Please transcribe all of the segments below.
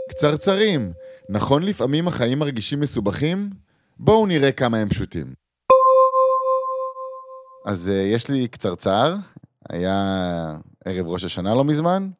קצרצרים, נכון לפעמים החיים מרגישים מסובכים? בואו נראה כמה הם פשוטים. אז יש לי קצרצר, היה ערב ראש השנה לא מזמן,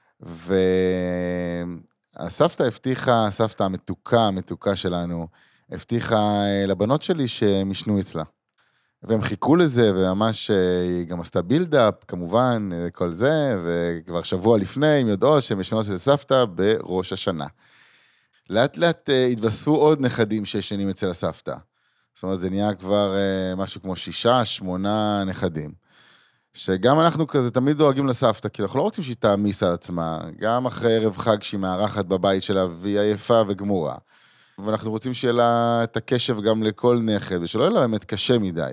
והסבתא הבטיחה, הסבתא המתוקה שלנו, הבטיחה לבנות שלי שהם ישנו אצלה. והם חיכו לזה, וממש היא גם עשתה בילדאפ, כמובן, כל זה, וכבר שבוע לפני הם יודעו שהם ישנו אצל סבתא בראש השנה. לאט לאט התווספו עוד נכדים שישנים אצל הסבתא. זאת אומרת, זה נהיה כבר משהו כמו 6-8 נכדים. שגם אנחנו כזה תמיד דואגים לסבתא, כי אנחנו לא רוצים שהיא תעמיס על עצמה, גם אחרי ערב חג שהיא מארחת בבית שלה, והיא עייפה וגמורה. ואנחנו רוצים שיהיה לה את הקשב גם לכל נכד, ושלא יהיה לה באמת קשה מדי.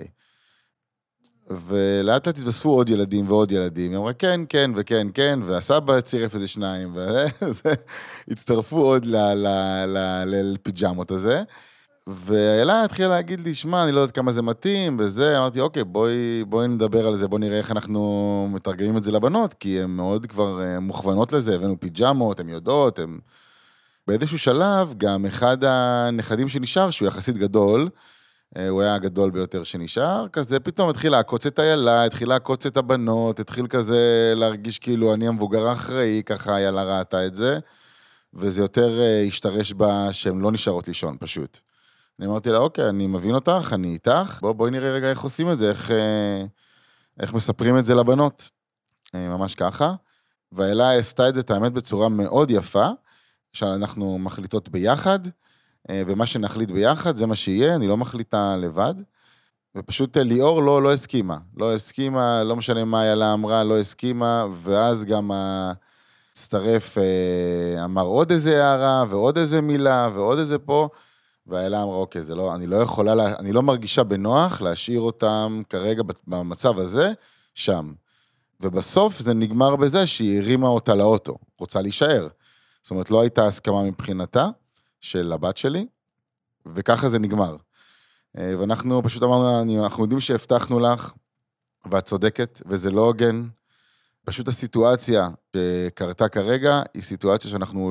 ולאט לאט התווספו עוד ילדים ועוד ילדים, היא אמרה כן, כן וכן, כן, והסבא צירף איזה 2, והצטרפו עוד לפיג'מות הזה, ואלה התחילה להגיד לי, שמע, אני לא יודעת כמה זה מתאים, וזה, אמרתי, אוקיי, בואי נדבר על זה, בואי נראה איך אנחנו מתרגמים את זה לבנות, כי הן מאוד כבר מוכוונות לזה, הבאנו פיג'מות, הן יודעות, הן... באיזשהו שלב, גם אחד הנכדים שנשאר, שהוא יחסית גדול, הוא היה הגדול ביותר שנשאר, כזה פתאום התחיל לעקוץ את הילדה, התחיל לעקוץ את הבנות, התחיל כזה להרגיש כאילו אני המבוגר האחראי, ככה הילדה ראתה את זה, וזה יותר השתרש בה שהן לא נשארות לישון פשוט. אני אמרתי לה, אוקיי, אני מבין אותך, אני איתך, בואי נראה רגע איך עושים את זה, איך מספרים את זה לבנות, ממש ככה, והילדה עשתה את זה, האמת, בצורה מאוד יפה, שאנחנו מחליטות ביחד, ומה שנחליט ביחד זה מה שיהיה, אני לא מחליטה לבד, ופשוט ליאור לא הסכימה, לא משנה מה הילדה אמרה, לא הסכימה, ואז גם הצטרף, אמר עוד איזה הערה, ועוד איזה מילה, ועוד איזה פה, והילדה אמרה, אוקיי, אני לא מרגישה בנוח להשאיר אותם כרגע במצב הזה, שם. ובסוף זה נגמר בזה שהיא הרימה אותה לאוטו, רוצה להישאר. זאת אומרת, לא הייתה הסכמה מבחינתה של הבת שלי, וככה זה נגמר. ואנחנו פשוט אמרנו, אנחנו יודעים שהבטחנו לך, ואת צודקת, וזה לא הוגן. פשוט הסיטואציה שקרתה כרגע, היא סיטואציה שאנחנו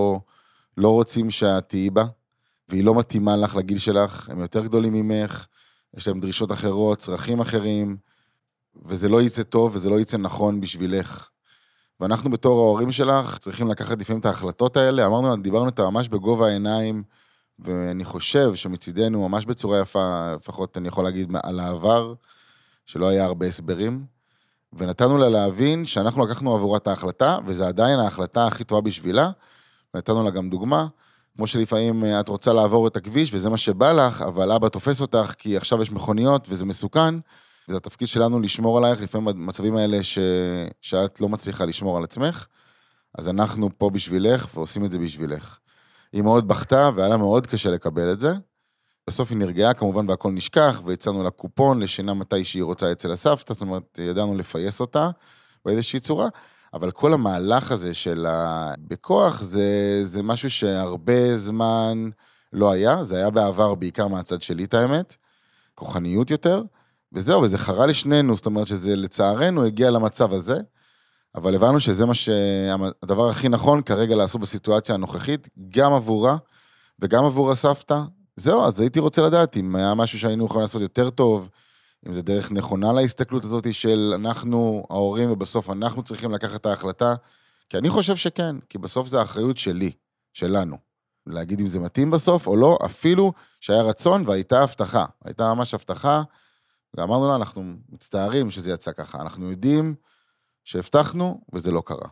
לא רוצים שאת תהיי בה, והיא לא מתאימה לך לגיל שלך, הם יותר גדולים ממך, יש להם דרישות אחרות, צרכים אחרים, וזה לא יצא טוב, וזה לא יצא נכון בשבילך. ואנחנו בתור ההורים שלך צריכים לקחת לפעמים את ההחלטות האלה, דיברנו אותה ממש בגובה העיניים, ואני חושב שמצידנו ממש בצורה יפה, לפחות אני יכול להגיד על העבר, שלא היה הרבה הסברים, ונתנו לה להבין שאנחנו לקחנו עבורה את ההחלטה, וזה עדיין ההחלטה הכי טובה בשבילה, ונתנו לה גם דוגמה, כמו שלפעמים את רוצה לעבור את הכביש, וזה מה שבא לך, אבל אבא תופס אותך, כי עכשיו יש מכוניות, וזה מסוכן, וזה התפקיד שלנו לשמור עלייך, לפעמים במצבים האלה שאת לא מצליחה לשמור על עצמך, אז אנחנו פה בשבילך, ועושים את זה בשבילך. היא מאוד בכתה, והיה לה מאוד קשה לקבל את זה. בסוף היא נרגעה, כמובן, והכל נשכח, והצענו לה קופון לשינה מתי שהיא רוצה אצל הסבתא, זאת אומרת, ידענו לפייס אותה באיזושהי צורה, אבל כל המהלך הזה של בכוח, זה משהו שהרבה זמן לא היה, זה היה בעבר בעיקר מהצד שלי, את האמת, כוחניות יותר, וזהו, וזה חרה לשנינו, זאת אומרת שזה לצערנו הגיע למצב הזה, אבל הבנו שזה הדבר הכי נכון כרגע לעשות בסיטואציה הנוכחית, גם עבורה וגם עבור הסבתא. זהו, אז הייתי רוצה לדעת אם היה משהו שהיינו יכולים לעשות יותר טוב, אם זה דרך נכונה להסתכלות הזאת של אנחנו ההורים, ובסוף אנחנו צריכים לקחת את ההחלטה, כי אני חושב שכן, כי בסוף זה האחריות שלי, שלנו. להגיד אם זה מתאים בסוף או לא, אפילו שהיה רצון והייתה הבטחה. הייתה ממש הבטחה, ואמרנו לה, אנחנו מצטערים שזה יצא ככה. אנחנו יודעים שהבטחנו, וזה לא קרה.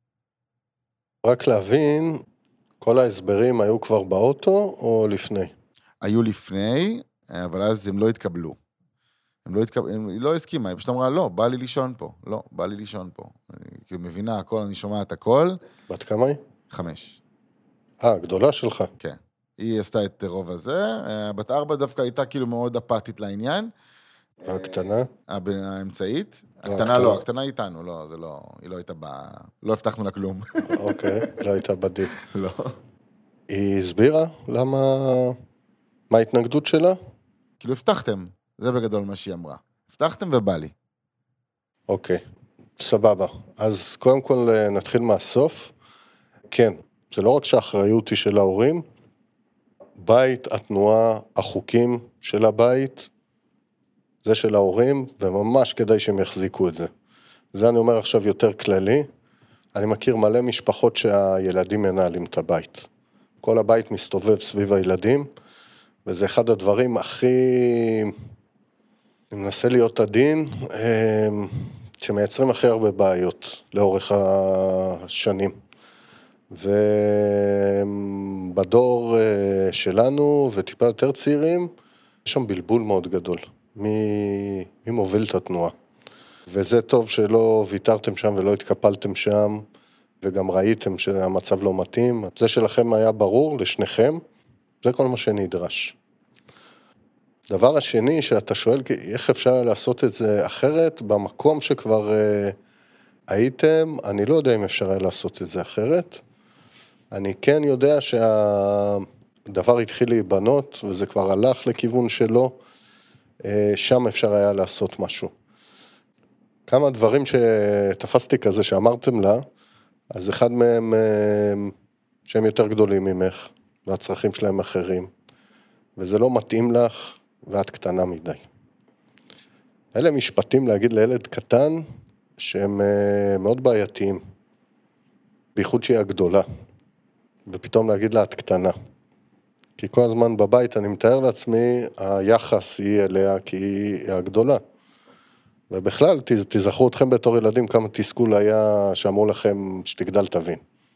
רק להבין, כל ההסברים היו כבר באוטו או לפני? היו לפני, אבל אז הם לא התקבלו. היא לא הסכימה, היא פשוט אמרה, לא, בא לי לישון פה. לא, בא לי לישון פה. אני מבינה הכל, אני שומעת הכל. בת כמה היא? 5. גדולה שלך. כן. היא עשתה את רוב הזה. בת 4 דווקא הייתה כאילו מאוד אפתית לעניין. והקטנה? האמצעית. הקטנה לא, הקטנה איתנו, לא, זה לא, היא לא הייתה לא הבטחנו לה כלום. אוקיי, לא הייתה בדי. לא. היא הסבירה למה, מה ההתנגדות שלה? כאילו הבטחתם, זה בגדול מה שהיא אמרה. הבטחתם ובא לי. אוקיי, סבבה. אז קודם כל נתחיל מהסוף. כן, זה לא רק שהאחריות היא של ההורים, בית, התנועה, החוקים של הבית, זה של ההורים, וממש כדאי שהם יחזיקו את זה. זה אני אומר עכשיו יותר כללי, אני מכיר מלא משפחות שהילדים מנהלים את הבית. כל הבית מסתובב סביב הילדים, וזה אחד הדברים הכי, אני מנסה להיות עדין, שמייצרים הכי הרבה בעיות לאורך השנים. ובדור שלנו וטיפה יותר צעירים, יש שם בלבול מאוד גדול. מי מוביל את התנועה. וזה טוב שלא ויתרתם שם ולא התקפלתם שם, וגם ראיתם שהמצב לא מתאים. זה שלכם היה ברור לשניכם, זה כל מה שנדרש. דבר השני שאתה שואל, איך אפשר לעשות את זה אחרת, במקום שכבר הייתם, אני לא יודע אם אפשר לעשות את זה אחרת. אני כן יודע שהדבר התחיל להיבנות, וזה כבר הלך לכיוון שלו, שם אפשר היה לעשות משהו. כמה דברים שתפסתי כזה שאמרתם לה, אז אחד מהם שהם יותר גדולים ממך, והצרכים שלהם אחרים, וזה לא מתאים לך, ואת קטנה מדי. אלה משפטים להגיד לילד קטן, שהם מאוד בעייתיים, בייחוד שהיא הגדולה, ופתאום להגיד לה את קטנה. כי כל הזמן בבית אני מתאר לעצמי, היחס היא אליה כי היא הגדולה. ובכלל, תזכרו אתכם בתור ילדים כמה תסכול היה שאמרו לכם שתגדל תבין.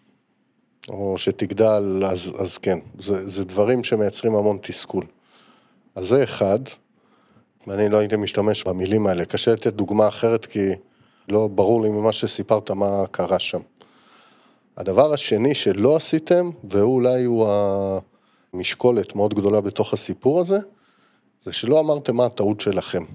או שתגדל, אז כן. זה דברים שמייצרים המון תסכול. אז זה אחד, ואני לא הייתי משתמש במילים האלה. קשה לתת דוגמה אחרת, כי לא ברור לי ממה שסיפרת מה קרה שם. הדבר השני שלא עשיתם, ואולי הוא המשקולת מאוד גדולה בתוך הסיפור הזה, זה שלא אמרתם מה הטעות שלכם.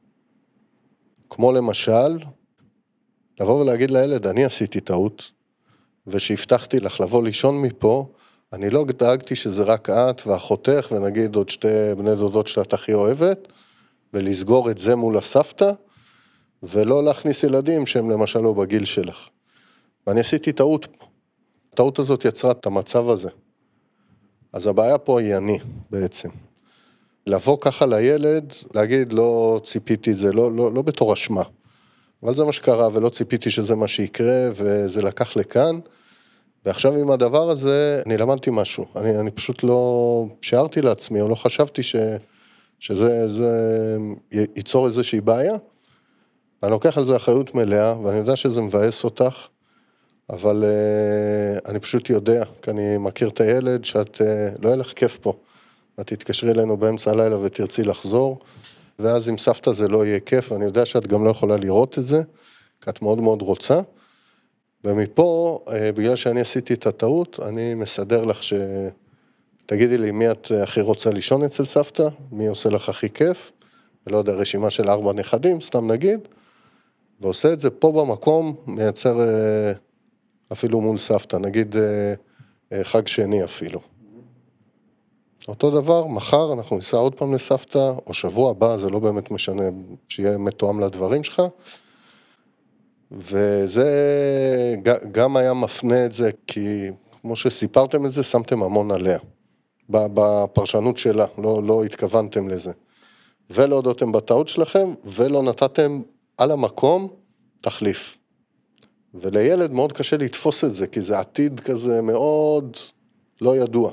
כמו למשל, לבוא ולהגיד לילד, אני עשיתי טעות, ושהבטחתי לך לבוא לישון מפה, אני לא דאגתי שזה רק את ואחותך, ונגיד עוד שתי בני דודות שאת הכי אוהבת, ולסגור את זה מול הסבתא, ולא להכניס ילדים שהם למשל לא בגיל שלך. ואני עשיתי טעות פה. הטעות הזאת יצרה את המצב הזה. אז הבעיה פה היא אני בעצם. לבוא ככה לילד, להגיד לא ציפיתי את זה, לא בתור אשמה. אבל זה מה שקרה, ולא ציפיתי שזה מה שיקרה, וזה לקח לכאן. ועכשיו עם הדבר הזה, אני למדתי משהו. אני פשוט לא שערתי לעצמי, או לא חשבתי שזה ייצור איזושהי בעיה. אני לוקח על זה אחריות מלאה, ואני יודע שזה מבאס אותך, אבל אני פשוט יודע, כי אני מכיר את הילד, שאת לא יהיה לך כיף פה. את תתקשרי אלינו באמצע הלילה ותרצי לחזור, ואז עם סבתא זה לא יהיה כיף, ואני יודע שאת גם לא יכולה לראות את זה, כי את מאוד מאוד רוצה, ומפה, בגלל שאני עשיתי את הטעות, אני מסדר לך תגידי לי מי את הכי רוצה לישון אצל סבתא, מי עושה לך הכי כיף, ולא יודע, רשימה של 4 נכדים, סתם נגיד, ועושה את זה פה במקום, מייצר אפילו מול סבתא, נגיד חג שני אפילו. אותו דבר, מחר אנחנו ניסע עוד פעם לסבתא, או שבוע הבא, זה לא באמת משנה, שיהיה מתואם לדברים שלך, וזה גם היה מפנה את זה, כי כמו שסיפרתם את זה, שמתם המון עליה, בפרשנות שלה, לא התכוונתם לזה, ולא הודותם בטעות שלכם, ולא נתתם על המקום תחליף. ולילד מאוד קשה לתפוס את זה, כי זה עתיד כזה מאוד לא ידוע.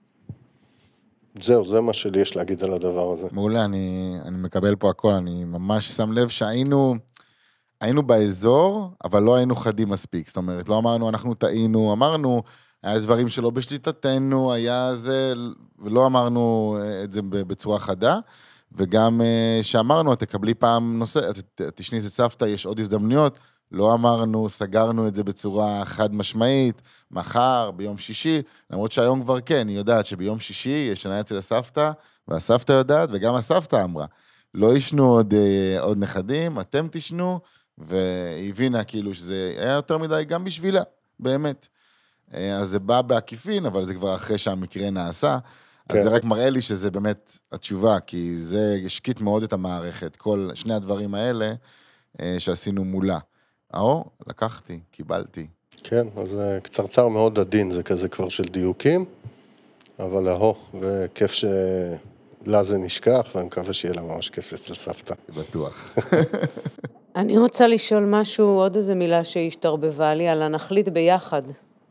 זהו, זה מה שלי יש להגיד על הדבר הזה. מעולה, אני מקבל פה הכל, אני ממש שם לב שהיינו באזור, אבל לא היינו חדים מספיק, זאת אומרת, לא אמרנו אנחנו טעינו, אמרנו, היה דברים שלא בשליטתנו, היה זה, ולא אמרנו את זה בצורה חדה, וגם שאמרנו, תקבלי פעם נושא, תשניס את סבתא, יש עוד הזדמנויות, לא אמרנו, סגרנו את זה בצורה חד משמעית, מחר, ביום שישי, למרות שהיום כבר כן, היא יודעת שביום שישי יש שנה אצל הסבתא, והסבתא יודעת, וגם הסבתא אמרה, לא ישנו עוד נכדים, אתם תשנו, והיא הבינה כאילו שזה היה יותר מדי גם בשבילה, באמת. אז זה בא בעקיפין, אבל זה כבר אחרי שהמקרה נעשה, אז זה רק מראה לי שזה באמת התשובה, כי זה השקיט מאוד את המערכת, שני הדברים האלה שעשינו מולה. לקחתי, קיבלתי, כן, אז זה קצרצר מאוד עדין, זה כזה כבר של דיוקים, אבל וכיף שלה זה נשכח, ואני מקווה שיהיה לה ממש כיף אצל סבתא. בטוח. אני רוצה לשאול משהו, עוד איזה מילה שהשתרבבה לי, על הנחליט ביחד.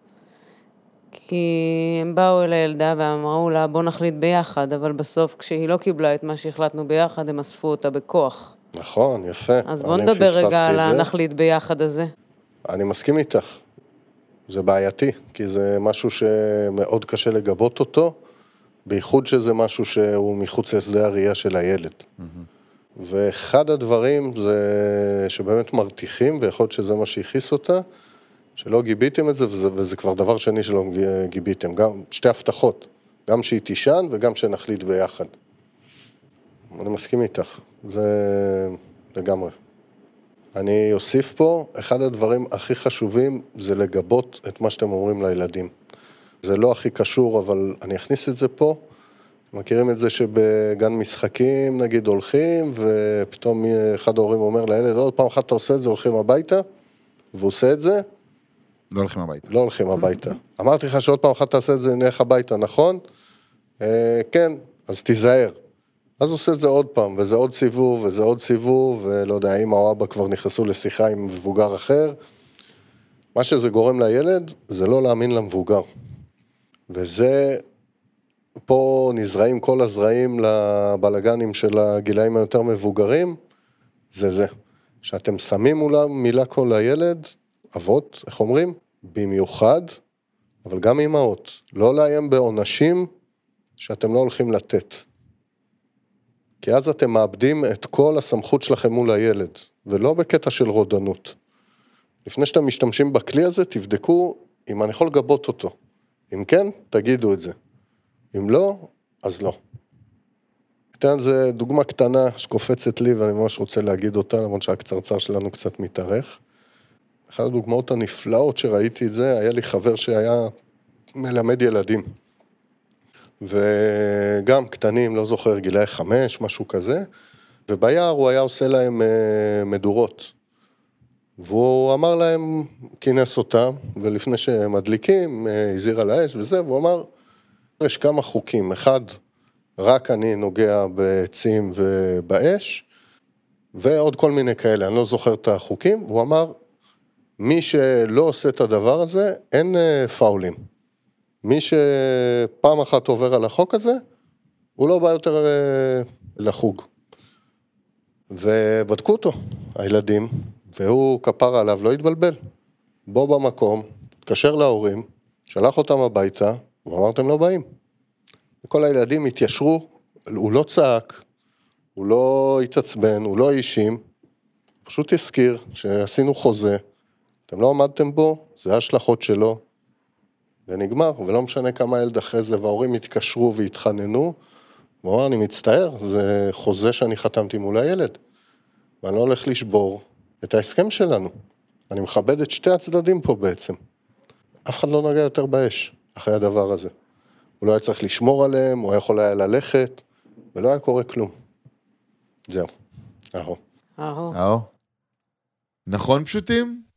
כי הם באו אל הילדה ואמרו לה, בוא נחליט ביחד, אבל בסוף כשהיא לא קיבלה את מה שהחלטנו ביחד, הם אספו אותה בכוח. נכון, יפה. אז בוא נדבר רגע על הנחליט ביחד הזה. אני מסכים איתך. זה בעייתי, כי זה משהו שמאוד קשה לגבות אותו, בייחוד שזה משהו שהוא מחוץ לשדה הראייה של הילד. ואחד הדברים זה שבאמת מרתיחים, ויכול להיות שזה מה שהכיס אותה, שלא גיביתם את זה, וזה כבר דבר שני שלא גיביתם. גם שתי הבטחות, גם שהיא תישן וגם שנחליט ביחד. אני מסכים איתך, זה לגמרי. אני אוסיף פה, אחד הדברים הכי חשובים זה לגבות את מה שאתם אומרים לילדים. זה לא הכי קשור, אבל אני אכניס את זה פה. מכירים את זה שבגן משחקים, נגיד, הולכים, ופתאום אחד ההורים אומר לילד, עוד פעם אחת אתה עושה את זה, הולכים הביתה, והוא עושה את זה. לא הולכים הביתה. לא הולכים הביתה. אמרתי לך שעוד פעם אחת תעשה את זה, נלך הביתה, נכון? כן, אז תיזהר. אז עושה את זה עוד פעם, וזה עוד סיבוב, וזה עוד סיבוב, ולא יודע, אמא או אבא כבר נכנסו לשיחה עם מבוגר אחר. מה שזה גורם לילד, זה לא להאמין למבוגר. וזה, פה נזרעים כל הזרעים לבלגנים של הגילאים היותר מבוגרים, זה. שאתם שמים מולם מילה כל הילד, אבות, איך אומרים? במיוחד, אבל גם אמהות. לא לאיים בעונשים שאתם לא הולכים לתת. כי אז אתם מאבדים את כל הסמכות שלכם מול הילד, ולא בקטע של רודנות. לפני שאתם משתמשים בכלי הזה, תבדקו אם אני יכול לגבות אותו. אם כן, תגידו את זה. אם לא, אז לא. אתן זה דוגמה קטנה שקופצת לי, ואני ממש רוצה להגיד אותה, למרות שהקצרצר שלנו קצת מתארך. אחת הדוגמאות הנפלאות שראיתי את זה, היה לי חבר שהיה מלמד ילדים. וגם קטנים, לא זוכר, גילאי 5, משהו כזה, וביער הוא היה עושה להם מדורות. והוא אמר להם, כינס אותם, ולפני שהם מדליקים, הזהיר על האש וזה, והוא אמר, יש כמה חוקים, אחד, רק אני נוגע בעצים ובאש, ועוד כל מיני כאלה, אני לא זוכר את החוקים, והוא אמר, מי שלא עושה את הדבר הזה, אין פאולים. מי שפעם אחת עובר על החוק הזה, הוא לא בא יותר לחוג. ובדקו אותו, הילדים, והוא כפר עליו, לא התבלבל. בוא במקום, התקשר להורים, שלח אותם הביתה, ואמרתם לא באים. וכל הילדים התיישרו, הוא לא צעק, הוא לא התעצבן, הוא לא אישים, פשוט הזכיר שעשינו חוזה, אתם לא עמדתם בו, זה ההשלכות שלו, ונגמר, ולא משנה כמה ילד אחרי זה, וההורים התקשרו והתחננו, והוא אמר, אני מצטער, זה חוזה שאני חתמתי מול הילד, ואני לא הולך לשבור את ההסכם שלנו. אני מכבד את שתי הצדדים פה בעצם. אף אחד לא נגע יותר באש, אחרי הדבר הזה. הוא לא היה צריך לשמור עליהם, הוא היה יכול היה ללכת, ולא היה קורה כלום. זהו. נכון פשוטים?